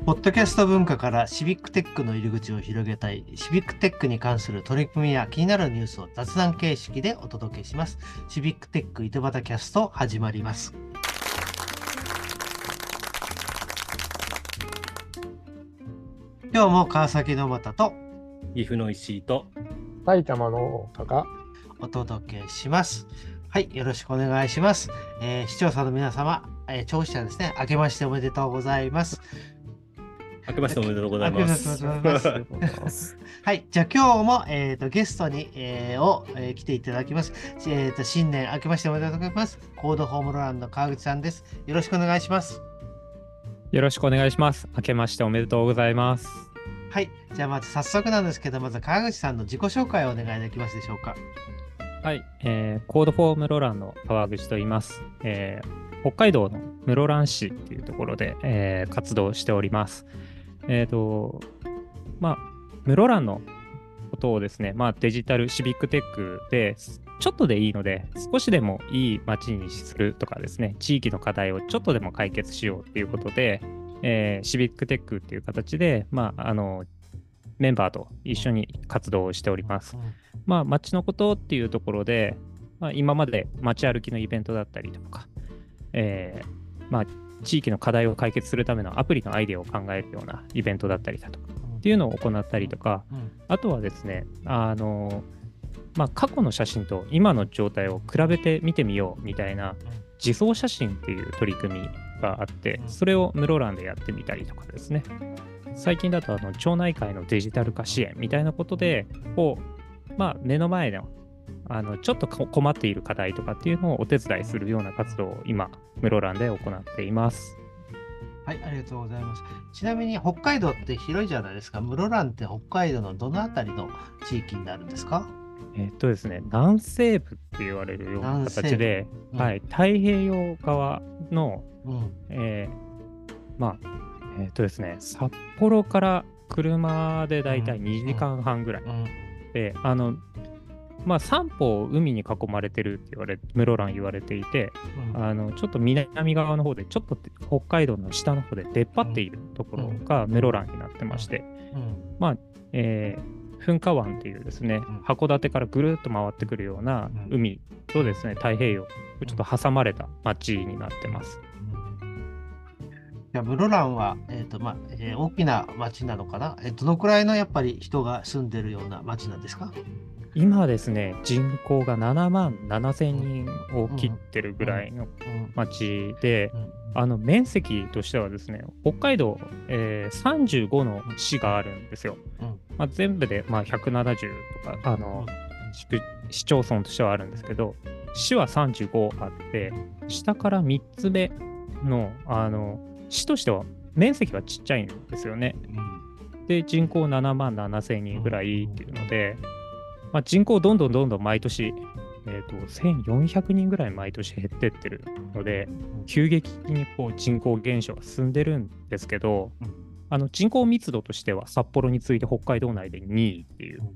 ポッドキャスト文化からシビックテックの入り口を広げたい、シビックテックに関する取り組みや気になるニュースを雑談形式でお届けします。シビックテック井戸端キャスト始まります。今日も川崎の又と岐阜の石井と埼玉の大がお届けします。はい、よろしくお願いします。視聴者の皆様、聴取者ですね、明けましておめでとうございます。 明けましておめでとうございます。 はい、じゃあ今日も、ゲストに、来ていただきます。新年明けましておめでとうございます。コードホームロランの川口さんです。よろしくお願いします。 よろしくお願いします。明けましておめでとうございます。 はい、じゃあまず早速なんですけど、まず川口さんの自己紹介をお願いできますでしょうか。 はい、コードフォームロランの川口と言います。北海道の室蘭市っていうところで、活動しております。室蘭のことをですね、デジタルシビックテックでちょっとでいいので、少しでもいい街にするとかですね、地域の課題をちょっとでも解決しようっていうことで、シビックテックっていう形で、メンバーと一緒に活動をしております。街のことっていうところで、今まで街歩きのイベントだったりとか、地域の課題を解決するためのアプリのアイデアを考えるようなイベントだったりだとかっていうのを行ったりとか、あとはですね、過去の写真と今の状態を比べて見てみようみたいな自走写真っていう取り組みがあって、それを室蘭でやってみたりとかですね、最近だと町内会のデジタル化支援みたいなことで目の前のちょっと困っている課題とかっていうのをお手伝いするような活動を今室蘭で行っています。 はい、ありがとうございます。ちなみに北海道って広いじゃないですか。室蘭って北海道のどのあたりの地域になるんですか？ ですね、南西部って言われるような形で、太平洋側の、ですね、札幌から車でだいたい2時間半ぐらいで、三方海に囲まれてるって室蘭言われていて、ちょっと南側の方でちょっと北海道の下の方で出っ張っているところが室蘭になってまして、噴火湾っていうですね、函館からぐるっと回ってくるような海とですね、太平洋をちょっと挟まれた町になってます。 室蘭は、大きな町なのかな。どのくらいのやっぱり人が住んでるような町なんですか？ 今ですね、人口が7万7千人を切ってるぐらいの町で、面積としてはですね、北海道、35の市があるんですよ。全部で170とか市町村としてはあるんですけど、市は35あって、下から3つ目の、市としては面積はちっちゃいんですよね。で、人口7万7千人ぐらいっていうので、人口どんどん毎年、1400人ぐらい毎年減ってってるので、急激に人口減少が進んでるんですけど、人口密度としては札幌に次いで北海道内で2位っていう、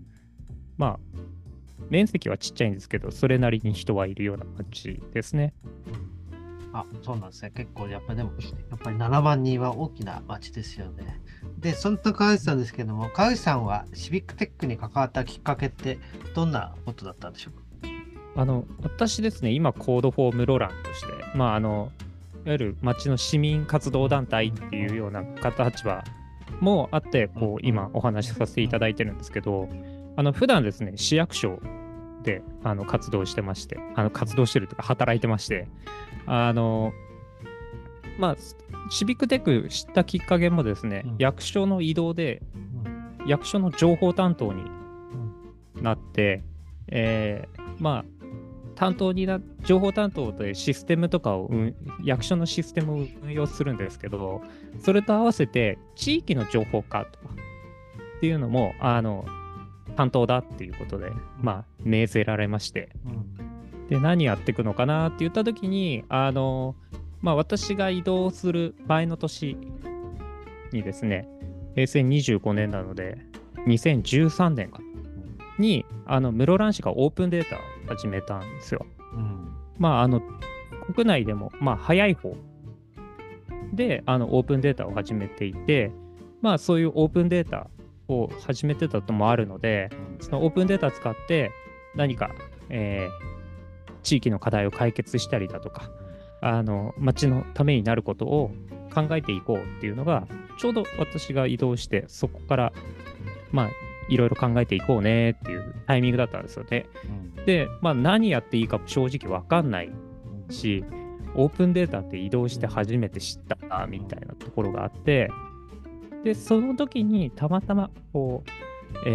面積はちっちゃいんですけど、それなりに人はいるような街ですね。 そうなんですね。結構やっぱり7万人は大きな町ですよね。で、そんな川内さんですけども、川内さんはシビックテックに関わったきっかけってどんなことだったんでしょうか？ 私ですね、今コードフォームロランとして、いわゆる町の市民活動団体っていうような立場もあって、今お話しさせていただいてるんですけど、普段ですね、市役所で活動してまして、活動してるというか働いてまして、シビックテック知ったきっかけもですね、役所の移動で、役所の情報担当になって、情報担当でシステムとかを、役所のシステムを運用するんですけど、それと合わせて地域の情報化とかっていうのも担当だっていうことで、命ぜられまして、で何やっていくのかなって言った時に私が移動する前の年にですね、平成25年なので2013年かに室蘭市がオープンデータを始めたんですよ。国内でも早い方でオープンデータを始めていて、まあそういうオープンデータを始めてたともあるので、そのオープンデータ使って何か、地域の課題を解決したりだとか、町のためになることを考えていこうっていうのが、ちょうど私が移動して、そこから、まあ、いろいろ考えていこうねっていうタイミングだったんですよね。で、まあ、何やっていいか正直わかんないし、オープンデータって移動して初めて知ったみたいなところがあって、で、その時にたまたま、こう、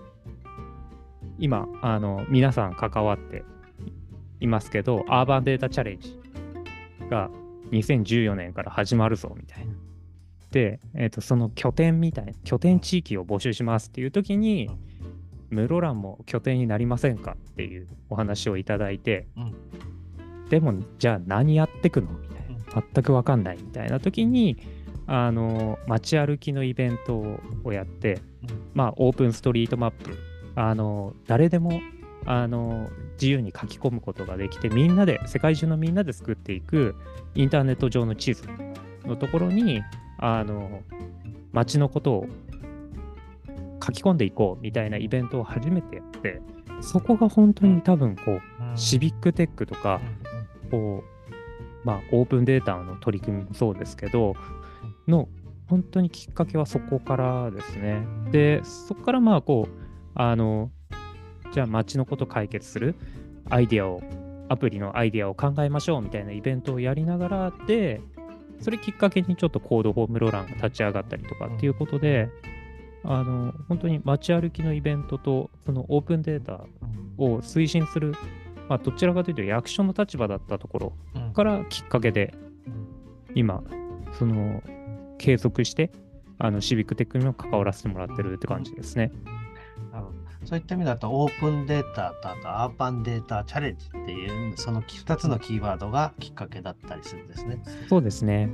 今、皆さん関わっていますけど、アーバンデータチャレンジが2014年から始まるぞみたいな。で、その拠点地域を募集しますっていう時に、室蘭も拠点になりませんかっていうお話をいただいて、でもじゃあ何やってくのみたいな、全く分かんないみたいな時に、街歩きのイベントをやって、まあオープンストリートマップ、誰でも自由に書き込むことができて、みんなで、世界中のみんなで作っていくインターネット上の地図のところに街のことを書き込んでいこうみたいなイベントを初めてやって、そこが本当に多分こうシビックテックとかこう、まあ、オープンデータの取り組みもそうですけどの本当にきっかけはそこからですね。でそこからまあこうじゃあ街のことを解決するアプリのアイディアを考えましょうみたいなイベントをやりながらで、それきっかけにちょっとコードフォームロランが立ち上がったりとかっていうことで、本当に街歩きのイベントとそのオープンデータを推進する、まあ、どちらかというと役所の立場だったところからきっかけで、今その継続してシビックテックにも関わらせてもらってるって感じですね。 そういった意味だと、オープンデータとあとアーバンデータチャレンジっていう、その2つのキーワードがきっかけだったりするんですね。 そうですね。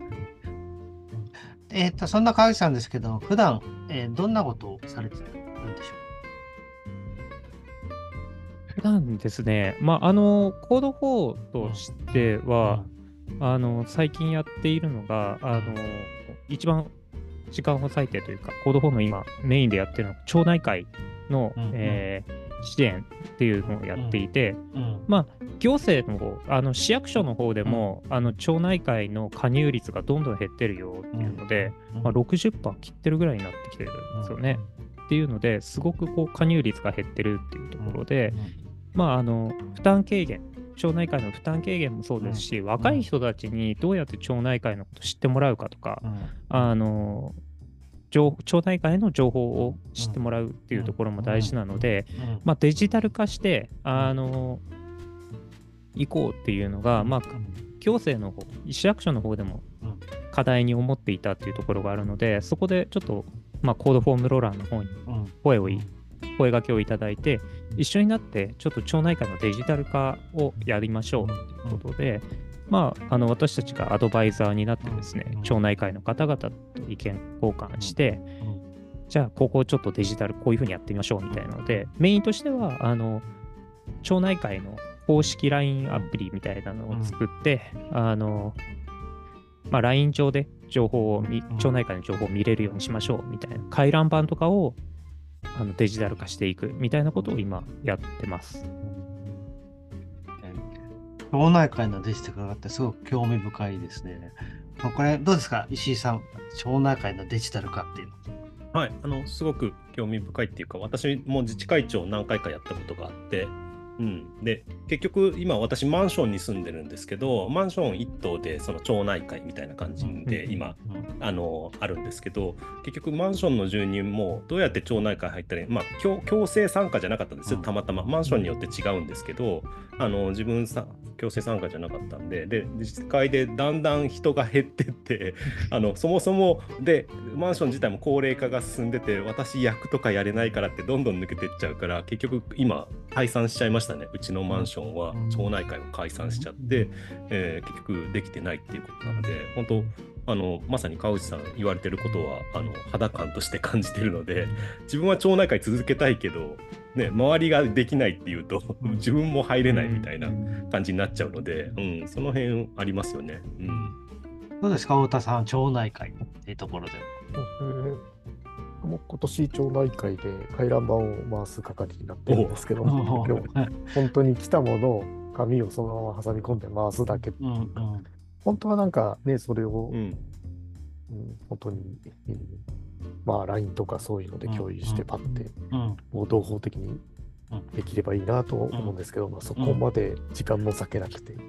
そんな川口さんですけど、普段、どんなことをされてるんでしょう？普段ですね、まあ、コード4としては、最近やっているのが、一番時間を割いてというか、コード4の今メインでやってるのが町内会の、支援っていうのをやっていて、まあ行政の方、市役所の方でも、町内会の加入率がどんどん減ってるよっていうので、まあ、60% 切ってるぐらいになってきてるんですよね。っていうので、すごくこう加入率が減ってるっていうところで、まあ負担軽減、町内会の負担軽減もそうですし、若い人たちにどうやって町内会のことを知ってもらうかとか、町内会の情報を知ってもらうっていうところも大事なので、まあ、デジタル化して行こうっていうのが、まあ、行政の方、市役所の方でも課題に思っていたっていうところがあるので、そこでちょっと、まあ、コードフォームローラーの方に声掛けをいただいて、一緒になってちょっと町内会のデジタル化をやりましょうということで、まあ、私たちがアドバイザーになってですね、町内会の方々と意見交換して、じゃあここをちょっとデジタルこういうふうにやってみましょうみたいなので、メインとしては町内会の公式 LINE アプリみたいなのを作って、まあ、LINE 上で情報を町内会の情報を見れるようにしましょうみたいな回覧板とかをデジタル化していくみたいなことを今やってます。 町内会のデジタル化ってすごく興味深いですね。これどうですか、石井さん、町内会のデジタル化っていうの。 はい、すごく興味深いっていうか、私も自治会長何回かやったことがあって、で結局今私マンションに住んでるんですけど、マンション1棟でその町内会みたいな感じで今あるんですけど、結局マンションの住人もどうやって町内会入ったり、まあ強制参加じゃなかったんですよ。たまたまマンションによって違うんですけど、自分強制参加じゃなかったんで、自治会でだんだん人が減ってってそもそもでマンション自体も高齢化が進んでて、私役とかやれないからってどんどん抜けてっちゃうから、結局今解散しちゃいましたね。うちのマンションは町内会を解散しちゃって、結局できてないっていうことなので、本当まさに川内さん言われてることは肌感として感じてるので、自分は町内会続けたいけど、ね、周りができないっていうと自分も入れないみたいな感じになっちゃうので、その辺ありますよね。 どうですか、太田さん、町内会っていうところで。 もう今年町内会で回覧板を回す係になってるんですけども、今日本当に来たものを紙をそのまま挟み込んで回すだけ。本当はなんかね、それを、本当に、まあ LINE とかそういうので共有してパッて、もう同法的にできればいいなと思うんですけど、まあ、そこまで時間も割けなくて。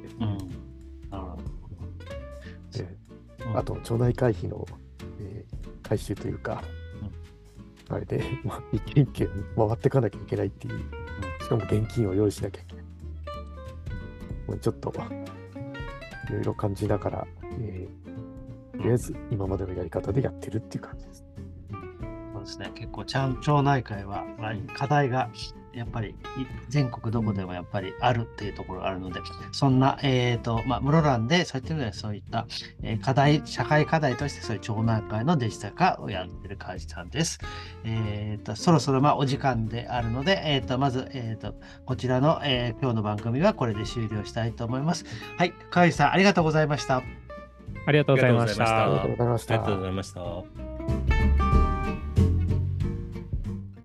あと、町内会費の、回収というか、あれで、まあ、一軒一軒回っていかなきゃいけないっていう、しかも現金を用意しなきゃいけない。もうちょっと、いろいろ感じながら、とりあえず今までのやり方でやってるっていう感じです。 そうですね、結構町内会は課題がやっぱり全国どこでもやっぱりあるっていうところがあるので、そんな、室蘭でそういった意味でそういった課題、社会課題としてそういう町内会のデジタル化をやっている会社さんです。そろそろお時間であるので、まず、こちらの、今日の番組はこれで終了したいと思います。はい、川内さんありがとうございました。 ありがとうございました。 ありがとうございました。 ありがとうございました。